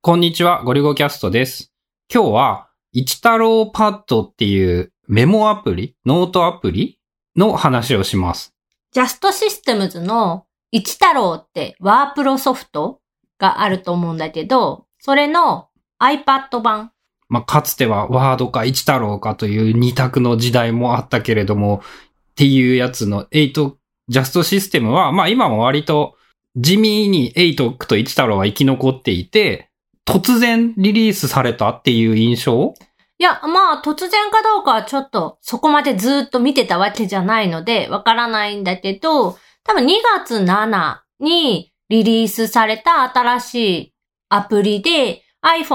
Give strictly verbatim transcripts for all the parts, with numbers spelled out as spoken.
こんにちは、ゴリゴキャストです。今日は、一太郎パッドっていうメモアプリ、ノートアプリの話をします。 ジャストシステムズの一太郎ってワープロソフトがあると思うんだけど、それの iPad 版。 まあ、かつてはワードか一太郎かという二択の時代もあったけれども、っていうやつのエイトジャストシステムは、まあ今も割と地味にエイトと一太郎は生き残っていて、突然リリースされたっていう印象？ いや、まあ突然かどうかはちょっとそこまでずっと見てたわけじゃないのでわからないんだけど、多分にがつなのかにリリースされた新しいアプリで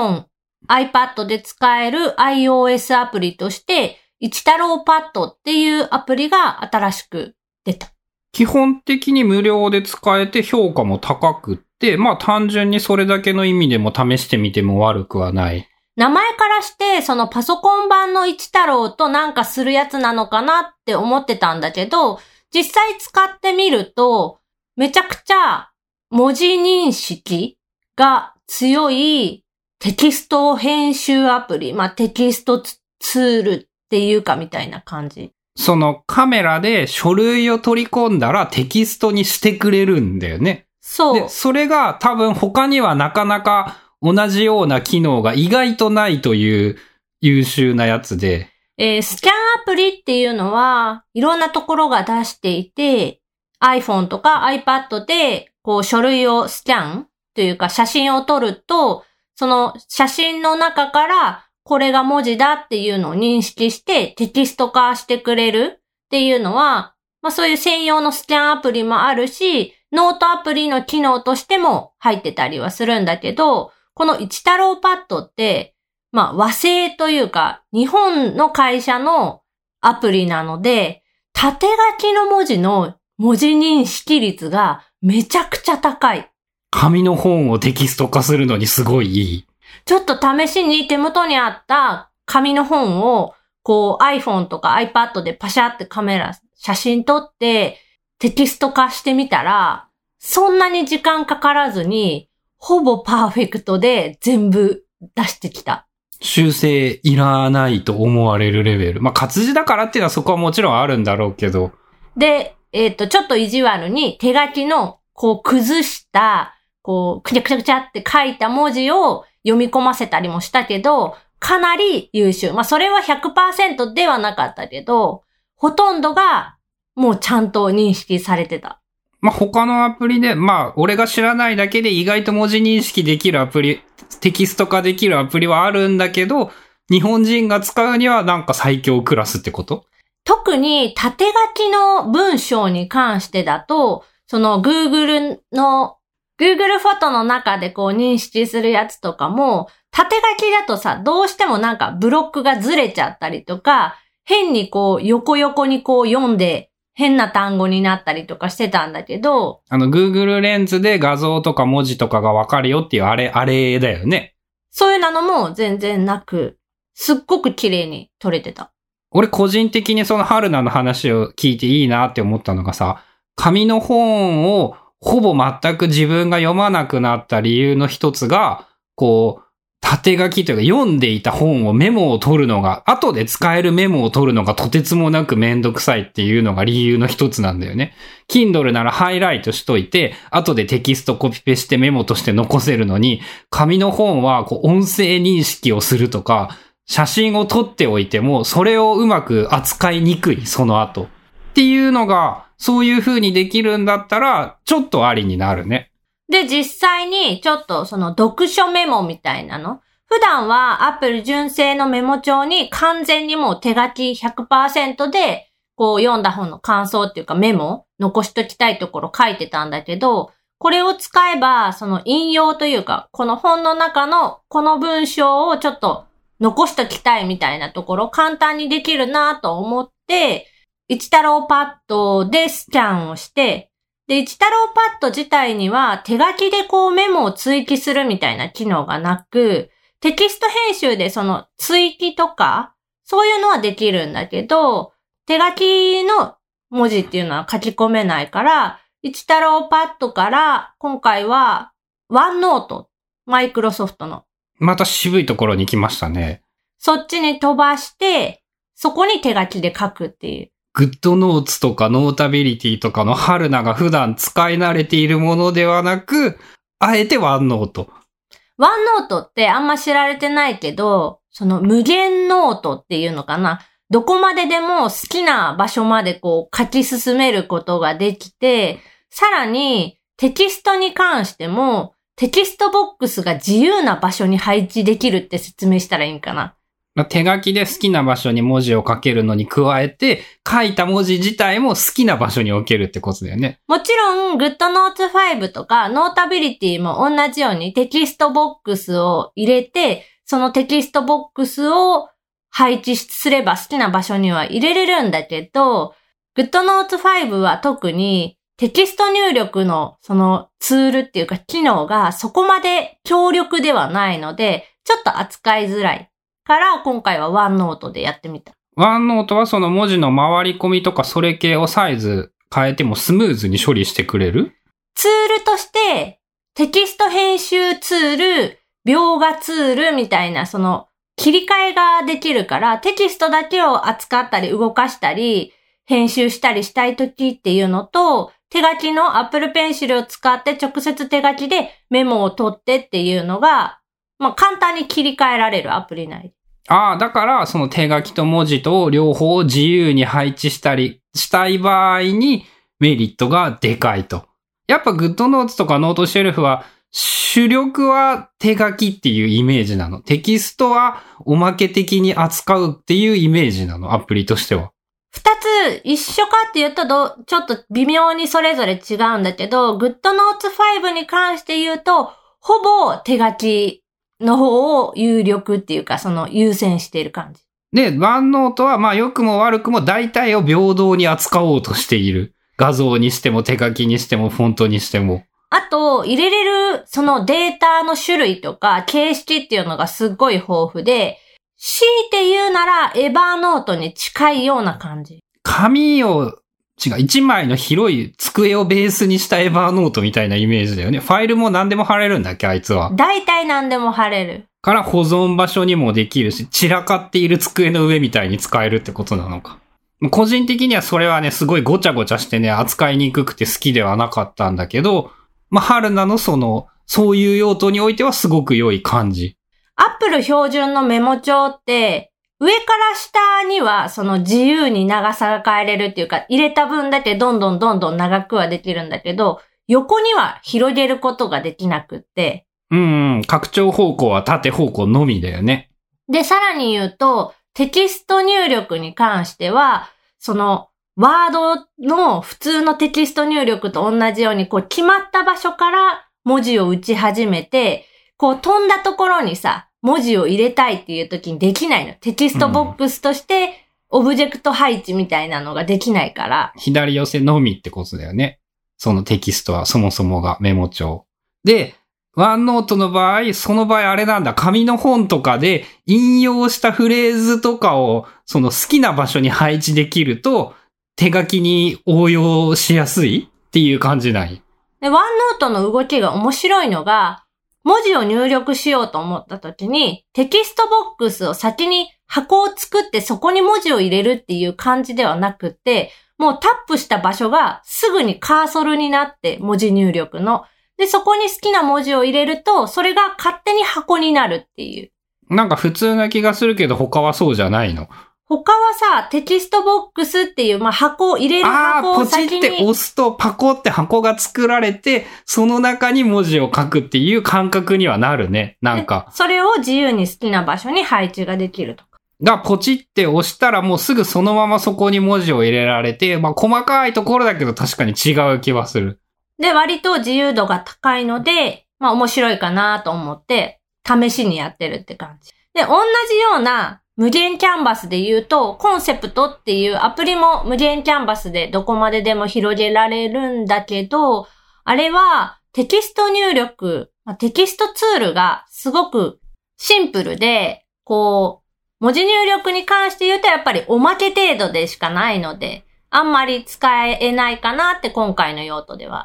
iPhone、iPad で使える iOS アプリとして一太郎パッドっていうアプリが新しく出た。 基本的に無料で使えて評価も高くって、まあ単純にそれだけの意味でも試してみても悪くはない。 名前からしてそのパソコン版の一太郎となんかするやつなのかなって思ってたんだけど、実際使ってみるとめちゃくちゃ文字認識が強いテキスト編集アプリ、まあテキストツールっていうかみたいな感じ。 そのカメラで書類を取り込んだらテキストにしてくれるんだよね。 そう。 で、それが多分他にはなかなか同じような機能が意外とないという優秀なやつで。 えー、スキャンアプリっていうのはいろんなところが出していて、iPhone とか iPad でこう書類をスキャンというか写真を撮ると、その写真の中からこれが文字だっていうのを認識してテキスト化してくれるっていうのは、まあそういう専用のスキャンアプリもあるし、ノートアプリの機能としても入ってたりはするんだけど、この一太郎パッドって、まあ和製というか日本の会社のアプリなので、縦書きの文字の文字認識率がめちゃくちゃ高い。 紙の本をテキスト化するのにすごいいい。 ちょっと試しに手元にあった紙の本をこう iPhone とか iPad でパシャってカメラ、写真撮ってテキスト化してみたら、そんなに時間かからずにほぼパーフェクトで全部出してきた。 修正いらないと思われるレベル。まあ活字だからっていうのはそこはもちろんあるんだろうけど。 で、えっと、ちょっと意地悪に手書きのこう崩した、こうくちゃくちゃくちゃって書いた文字を読み込ませたりもしたけど、かなり優秀。まあ、それは ひゃくパーセント ではなかったけど、ほとんどがもうちゃんと認識されてた。 まあ、他のアプリで、まあ、俺が知らないだけで意外と文字認識できるアプリ、テキスト化できるアプリはあるんだけど、日本人が使うにはなんか最強クラスってこと？ 特に縦書きの文章に関してだと、その Google のGoogle フォトの中でこう認識するやつとかも、縦書きだとさ、どうしてもなんかブロックがずれちゃったりとか、変にこう横横にこう読んで変な単語になったりとかしてたんだけど、 あの Google レンズで画像とか文字とかがわかるよっていうあれ、あれだよね。 そういうのも全然なく、すっごく綺麗に撮れてた。 俺個人的にその春菜の話を聞いていいなって思ったのがさ、紙の本をほぼ全く自分が読まなくなった理由の一つが、こう、縦書きというか読んでいた本をメモを取るのが、後で使えるメモを取るのがとてつもなくめんどくさいっていうのが理由の一つなんだよね。Kindle ならハイライトしといて、後でテキストコピペしてメモとして残せるのに、紙の本はこう音声認識をするとか、写真を撮っておいても、それをうまく扱いにくい、その後。っていうのが、そういう風にできるんだったら、ちょっとありになるね。 で、実際にちょっとその読書メモみたいなの。普段は Apple 純正のメモ帳に完全にもう手書き ひゃくパーセント で、こう読んだ本の感想っていうかメモ、残しときたいところ書いてたんだけど、これを使えば、その引用というか、この本の中のこの文章をちょっと残しときたいみたいなところ簡単にできるなと思って、一太郎パッドでスキャンをして、で、一太郎パッド自体には手書きでこうメモを追記するみたいな機能がなく、テキスト編集でその追記とか、そういうのはできるんだけど、手書きの文字っていうのは書き込めないから、一太郎パッドから今回はワンノートマイクロソフトの。 また渋いところに来ましたね。 そっちに飛ばして、そこに手書きで書くっていう。 グッドノーツとかノータビリティとかの春菜が普段使い慣れているものではなく、あえてワンノート。 ワンノートってあんま知られてないけど、その無限ノートっていうのかな。どこまででも好きな場所までこう書き進めることができて、さらにテキストに関してもテキストボックスが自由な場所に配置できるって説明したらいいんかな。 手書きで好きな場所に文字を書けるのに加えて、書いた文字自体も好きな場所に置けるってことだよね。 もちろん、GoodNotes ファイブとか Notability も同じようにテキストボックスを入れて、そのテキストボックスを配置すれば好きな場所には入れれるんだけど、GoodNotes ファイブは特にテキスト入力のそのツールっていうか機能がそこまで強力ではないので、ちょっと扱いづらい。から今回はワンノートでやってみた。 ワンノートはその文字の回り込みとかそれ系をサイズ変えてもスムーズに処理してくれる？ ツールとしてテキスト編集ツール、描画ツールみたいなその切り替えができるからテキストだけを扱ったり動かしたり編集したりしたいときっていうのと手書きの Apple Pencil を使って直接手書きでメモを取ってっていうのがまあ簡単に切り替えられるアプリ内。 ああ、だから、その手書きと文字と両方自由に配置したりしたい場合にメリットがでかいと。やっぱグッドノーツとかノートシェルフは主力は手書きっていうイメージなの。テキストはおまけ的に扱うっていうイメージなの、アプリとしては。 二つ一緒かっていうとど、ちょっと微妙にそれぞれ違うんだけど、グッドノーツファイブに関して言うと、ほぼ手書きの方を有力っていうか、その優先している感じ。 で、ワンノートはまあ良くも悪くも大体を平等に扱おうとしている。画像にしても手書きにしてもフォントにしても。 あと、入れれるそのデータの種類とか形式っていうのがすっごい豊富で、強いて言うならエバーノートに近いような感じ。 紙を、違う、一枚の広い机をベースにしたエバーノートみたいなイメージだよね。ファイルも何でも貼れるんだっけ、あいつは。 大体何でも貼れる。 から保存場所にもできるし、散らかっている机の上みたいに使えるってことなのか。個人的にはそれはね、すごいごちゃごちゃしてね、扱いにくくて好きではなかったんだけど、まあ、春菜のその、そういう用途においてはすごく良い感じ。 アップル標準のメモ帳って、上から下にはその自由に長さが変えれるっていうか、入れた分だけどんどんどんどん長くはできるんだけど、横には広げることができなくって。 うん、拡張方向は縦方向のみだよね。 で、さらに言うと、テキスト入力に関しては、その、ワードの普通のテキスト入力と同じように、こう決まった場所から文字を打ち始めて、こう飛んだところにさ、文字を入れたいっていう時にできないの。テキストボックスとして、オブジェクト配置みたいなのができないから。 うん、左寄せのみってことだよね。そのテキストはそもそもがメモ帳。で、ワンノートの場合、その場合あれなんだ、紙の本とかで引用したフレーズとかをその好きな場所に配置できると、手書きに応用しやすいっていう感じない。 で、ワンノートの動きが面白いのが、文字を入力しようと思った時に、テキストボックスを先に箱を作ってそこに文字を入れるっていう感じではなくって、もうタップした場所がすぐにカーソルになって文字入力の。で、そこに好きな文字を入れると、それが勝手に箱になるっていう。 なんか普通な気がするけど他はそうじゃないの。 他はさ、テキストボックスっていう、まあ、箱を入れる箱を先に。 ああ、ポチって押すとパコって箱が作られて、その中に文字を書くっていう感覚にはなるね。なんか。 それを自由に好きな場所に配置ができるとか。 が、ポチって押したらもうすぐそのままそこに文字を入れられて、まあ、細かいところだけど確かに違う気はする。 で、割と自由度が高いので、まあ、面白いかなと思って、試しにやってるって感じ。で、同じような、無限キャンバスで言うと、コンセプトっていうアプリも無限キャンバスでどこまででも広げられるんだけど、あれはテキスト入力、テキストツールがすごくシンプルで、こう、文字入力に関して言うとやっぱりおまけ程度でしかないので、あんまり使えないかなって今回の用途では。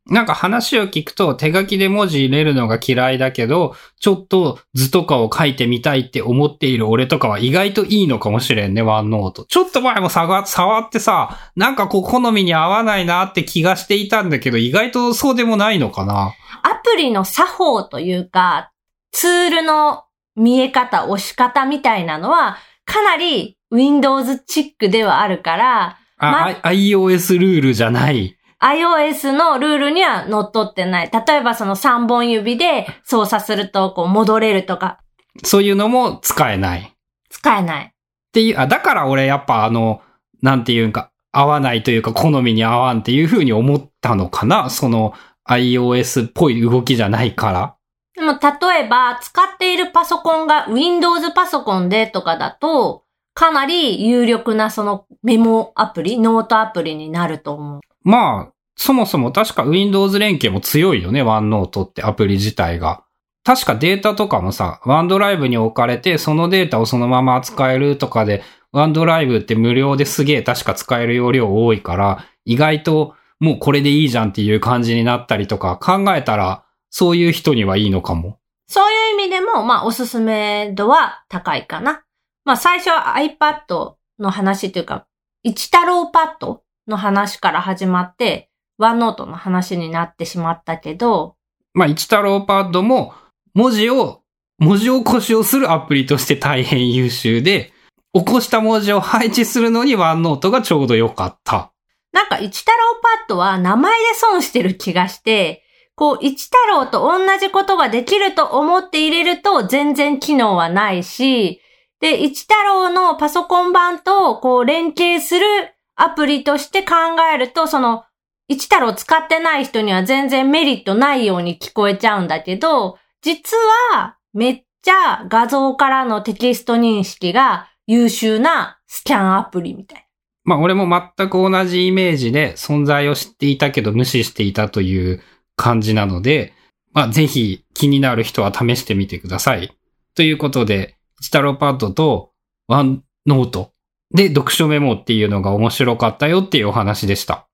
なんか話を聞くと手書きで文字入れるのが嫌いだけど、ちょっと図とかを書いてみたいって思っている俺とかは意外といいのかもしれんね、ワンノート。ちょっと前もさが触ってさ、なんかこう好みに合わないなって気がしていたんだけど、意外とそうでもないのかな。 アプリの作法というか、ツールの見え方、押し方みたいなのは、かなり Windows チックではあるから、 あ、ま、iOS ルールじゃない。 iOS のルールには乗っ取ってない。例えばそのさんぼん指で操作するとこう戻れるとか。 そういうのも使えない。 使えない。 っていう、あ、だから俺やっぱあの、なんていうんか、合わないというか好みに合わんっていう風に思ったのかな。その iOS っぽい動きじゃないから。 でも例えば使っているパソコンが Windows パソコンでとかだと、かなり有力なそのメモアプリ、ノートアプリになると思う。 まあ、そもそも確か Windows 連携も強いよね、OneNote ってアプリ自体が。確かデータとかもさ、OneDrive に置かれて、そのデータをそのまま扱えるとかで、OneDrive って無料ですげえ確か使える容量多いから、意外ともうこれでいいじゃんっていう感じになったりとか考えたら、そういう人にはいいのかも。 そういう意味でも、まあおすすめ度は高いかな。まあ最初は iPad の話というか、一太郎パッドの話から始まって、ワンノートの話になってしまったけど。 まあ、一太郎パッドも、文字を、文字起こしをするアプリとして大変優秀で、起こした文字を配置するのにワンノートがちょうど良かった。 なんか一太郎パッドは名前で損してる気がして、こう、一太郎と同じことができると思って入れると全然機能はないし、で、一太郎のパソコン版とこう連携するアプリとして考えると、その、一太郎使ってない人には全然メリットないように聞こえちゃうんだけど、実はめっちゃ画像からのテキスト認識が優秀なスキャンアプリみたい。 まあ俺も全く同じイメージで存在を知っていたけど無視していたという感じなので、まあぜひ気になる人は試してみてください。ということで、一太郎パッドとワンノートで読書メモっていうのが面白かったよっていうお話でした。